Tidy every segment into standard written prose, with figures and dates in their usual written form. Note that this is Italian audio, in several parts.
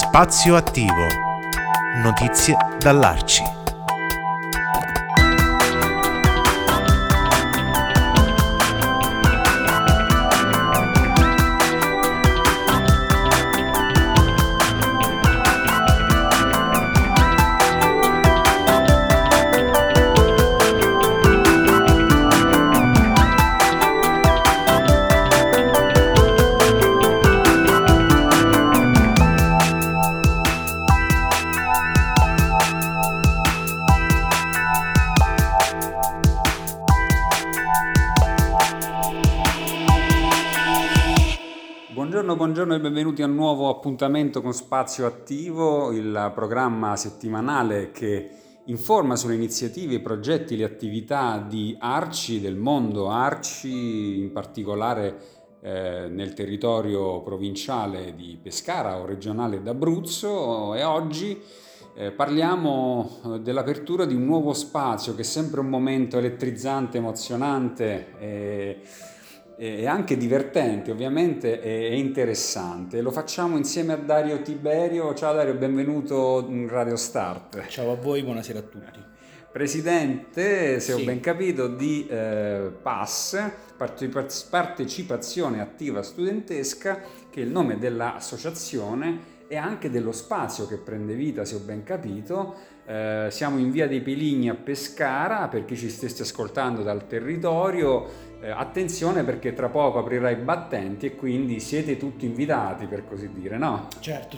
Spazio attivo. Notizie dall'Arci. Buongiorno e benvenuti a un nuovo appuntamento con Spazio Attivo, il programma settimanale che informa sulle iniziative, i progetti, le attività di Arci, del mondo Arci, in particolare nel territorio provinciale di Pescara o regionale d'Abruzzo, e oggi parliamo dell'apertura di un nuovo spazio che è sempre un momento elettrizzante, emozionante e anche divertente, ovviamente, e interessante. Lo facciamo insieme a Dario Tiberio. Ciao Dario, benvenuto in Radio Start. Ciao a voi, buonasera a tutti. Presidente, se ho ben capito, di PAS, Partecipazione Attiva Studentesca, che è il nome dell'associazione e anche dello spazio che prende vita, se ho ben capito. Siamo in via dei Peligni a Pescara, per chi ci stesse ascoltando dal territorio. Attenzione, perché tra poco aprirà i battenti e quindi siete tutti invitati, per così dire, no? Certo.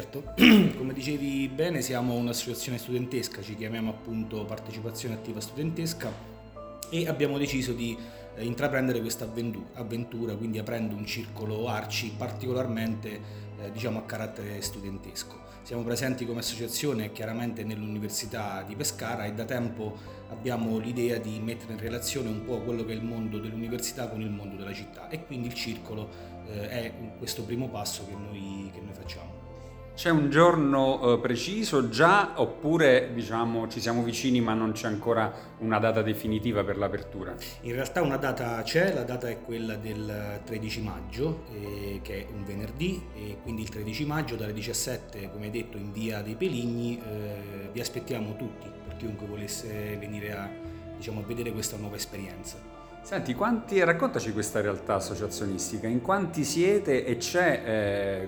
Come dicevi bene, siamo un'associazione studentesca, ci chiamiamo appunto Partecipazione Attiva Studentesca e abbiamo deciso di intraprendere questa avventura, quindi aprendo un circolo Arci particolarmente a carattere studentesco. Siamo presenti come associazione chiaramente nell'Università di Pescara e da tempo abbiamo l'idea di mettere in relazione un po' quello che è il mondo dell'università con il mondo della città, e quindi il circolo è questo primo passo che noi facciamo. C'è un giorno preciso già, oppure ci siamo vicini ma non c'è ancora una data definitiva per l'apertura? In realtà una data c'è, la data è quella del 13 maggio, che è un venerdì, e quindi il 13 maggio dalle 17, come detto, in via dei Peligni. Vi aspettiamo tutti, per chiunque volesse venire a vedere questa nuova esperienza. Senti, raccontaci questa realtà associazionistica, in quanti siete e c'è,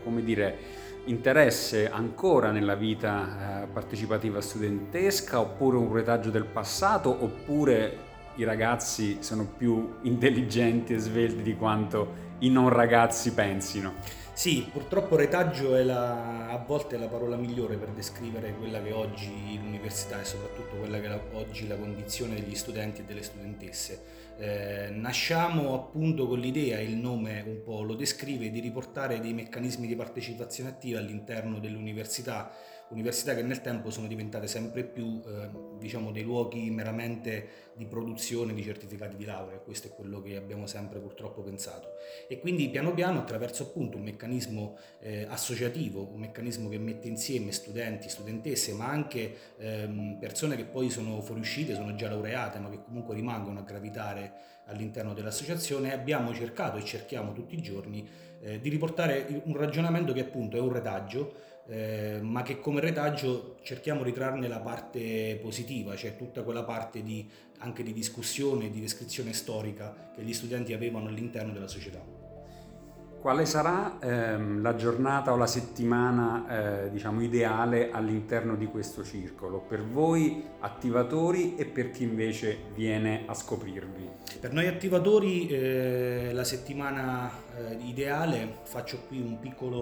interesse ancora nella vita partecipativa studentesca, oppure un retaggio del passato, oppure i ragazzi sono più intelligenti e svelti di quanto i non ragazzi pensino? Sì, purtroppo retaggio è a volte la parola migliore per descrivere quella che oggi l'università e soprattutto quella che oggi la condizione degli studenti e delle studentesse. Nasciamo appunto con l'idea, il nome un po' lo descrive, di riportare dei meccanismi di partecipazione attiva all'interno dell'università che nel tempo sono diventate sempre più dei luoghi meramente di produzione di certificati di laurea. Questo è quello che abbiamo sempre purtroppo pensato, e quindi piano piano, attraverso appunto un meccanismo associativo, un meccanismo che mette insieme studenti, studentesse, ma anche persone che poi sono fuoriuscite, sono già laureate ma che comunque rimangono a gravitare all'interno dell'associazione, abbiamo cercato e cerchiamo tutti i giorni di riportare un ragionamento che appunto è un retaggio, ma che come retaggio cerchiamo di trarne la parte positiva, cioè tutta quella parte anche di discussione, di descrizione storica che gli studenti avevano all'interno della società. Quale sarà la giornata o la settimana ideale all'interno di questo circolo, per voi attivatori e per chi invece viene a scoprirvi? Per noi attivatori la settimana ideale, faccio qui una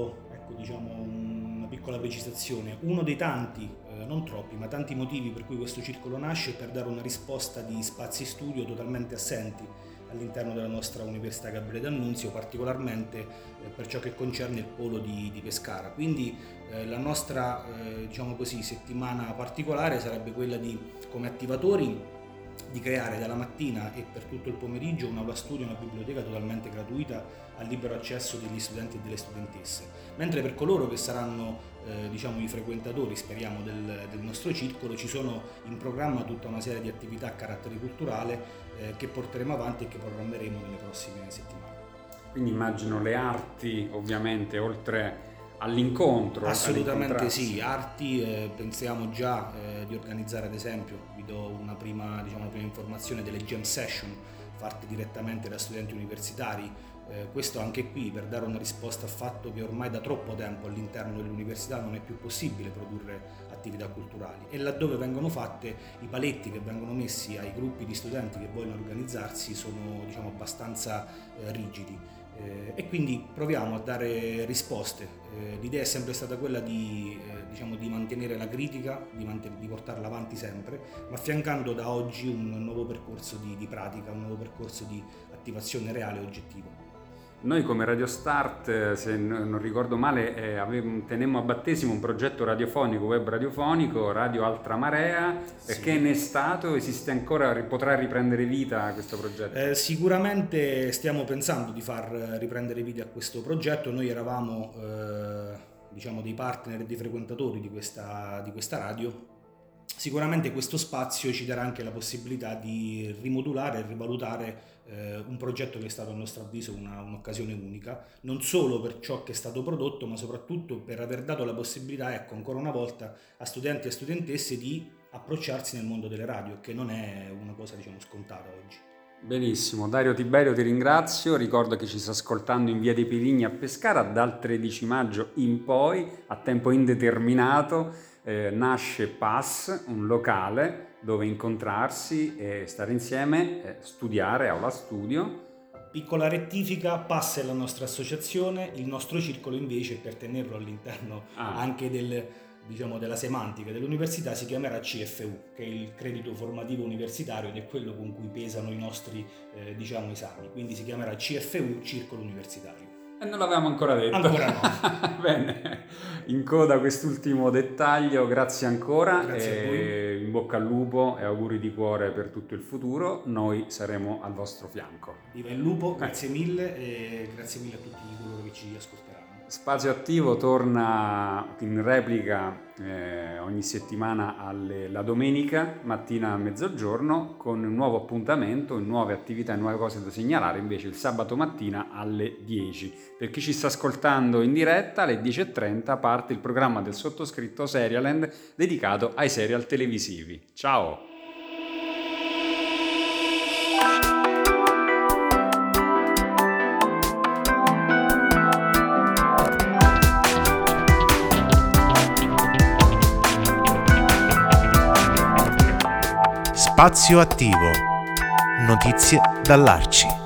piccola precisazione. Uno dei tanti, non troppi, ma tanti motivi per cui questo circolo nasce è per dare una risposta di spazi studio totalmente assenti all'interno della nostra Università Gabriele D'Annunzio, particolarmente per ciò che concerne il polo di Pescara. Quindi la nostra settimana particolare sarebbe quella di, come attivatori, di creare dalla mattina e per tutto il pomeriggio un'aula studio, una biblioteca totalmente gratuita a libero accesso degli studenti e delle studentesse, mentre per coloro che saranno i frequentatori, speriamo, del nostro circolo, ci sono in programma tutta una serie di attività a carattere culturale che porteremo avanti e che programmeremo nelle prossime settimane. Quindi immagino le arti, ovviamente, oltre all'incontro. Assolutamente sì, Arti pensiamo già di organizzare, ad esempio, vi do una prima informazione, delle jam session fatte direttamente da studenti universitari. Questo anche qui per dare una risposta al fatto che ormai da troppo tempo all'interno dell'università non è più possibile produrre attività culturali, e laddove vengono fatte, i paletti che vengono messi ai gruppi di studenti che vogliono organizzarsi sono abbastanza rigidi, e quindi proviamo a dare risposte. L'idea è sempre stata quella di mantenere la critica, di portarla avanti sempre, ma affiancando da oggi un nuovo percorso di pratica, un nuovo percorso di attivazione reale e oggettivo. Noi come Radio Start, se non ricordo male, tenemmo a battesimo un progetto radiofonico, web radiofonico, Radio Altra Marea. Sì. Che ne è stato? Esiste ancora? Potrà riprendere vita questo progetto? Sicuramente stiamo pensando di far riprendere vita a questo progetto. Noi eravamo dei partner e dei frequentatori di questa radio. Sicuramente questo spazio ci darà anche la possibilità di rimodulare e rivalutare un progetto che è stato a nostro avviso un'occasione unica, non solo per ciò che è stato prodotto, ma soprattutto per aver dato la possibilità, ancora una volta, a studenti e studentesse di approcciarsi nel mondo delle radio, che non è una cosa scontata oggi. Benissimo, Dario Tiberio ti ringrazio, ricordo che ci sta ascoltando in via dei Piligni a Pescara dal 13 maggio in poi, a tempo indeterminato. Nasce PAS, un locale dove incontrarsi e stare insieme, studiare, aula studio. Piccola rettifica, PAS è la nostra associazione, il nostro circolo invece, per tenerlo all'interno anche della semantica dell'università, si chiamerà CFU, che è il credito formativo universitario ed è quello con cui pesano i nostri esami, quindi si chiamerà CFU, Circolo Universitario. E non l'avevamo ancora detto. Ancora no. Bene, in coda quest'ultimo dettaglio, grazie ancora. Grazie a voi. In bocca al lupo e auguri di cuore per tutto il futuro, noi saremo al vostro fianco. Viva il lupo, grazie mille e grazie mille a tutti coloro che ci ascolteranno. Spazio Attivo torna in replica ogni settimana la domenica mattina a mezzogiorno con un nuovo appuntamento, nuove attività e nuove cose da segnalare, invece il sabato mattina alle 10. Per chi ci sta ascoltando in diretta, alle 10:30 parte il programma del sottoscritto Serialand dedicato ai serial televisivi. Ciao! Spazio Attivo. Notizie dall'Arci.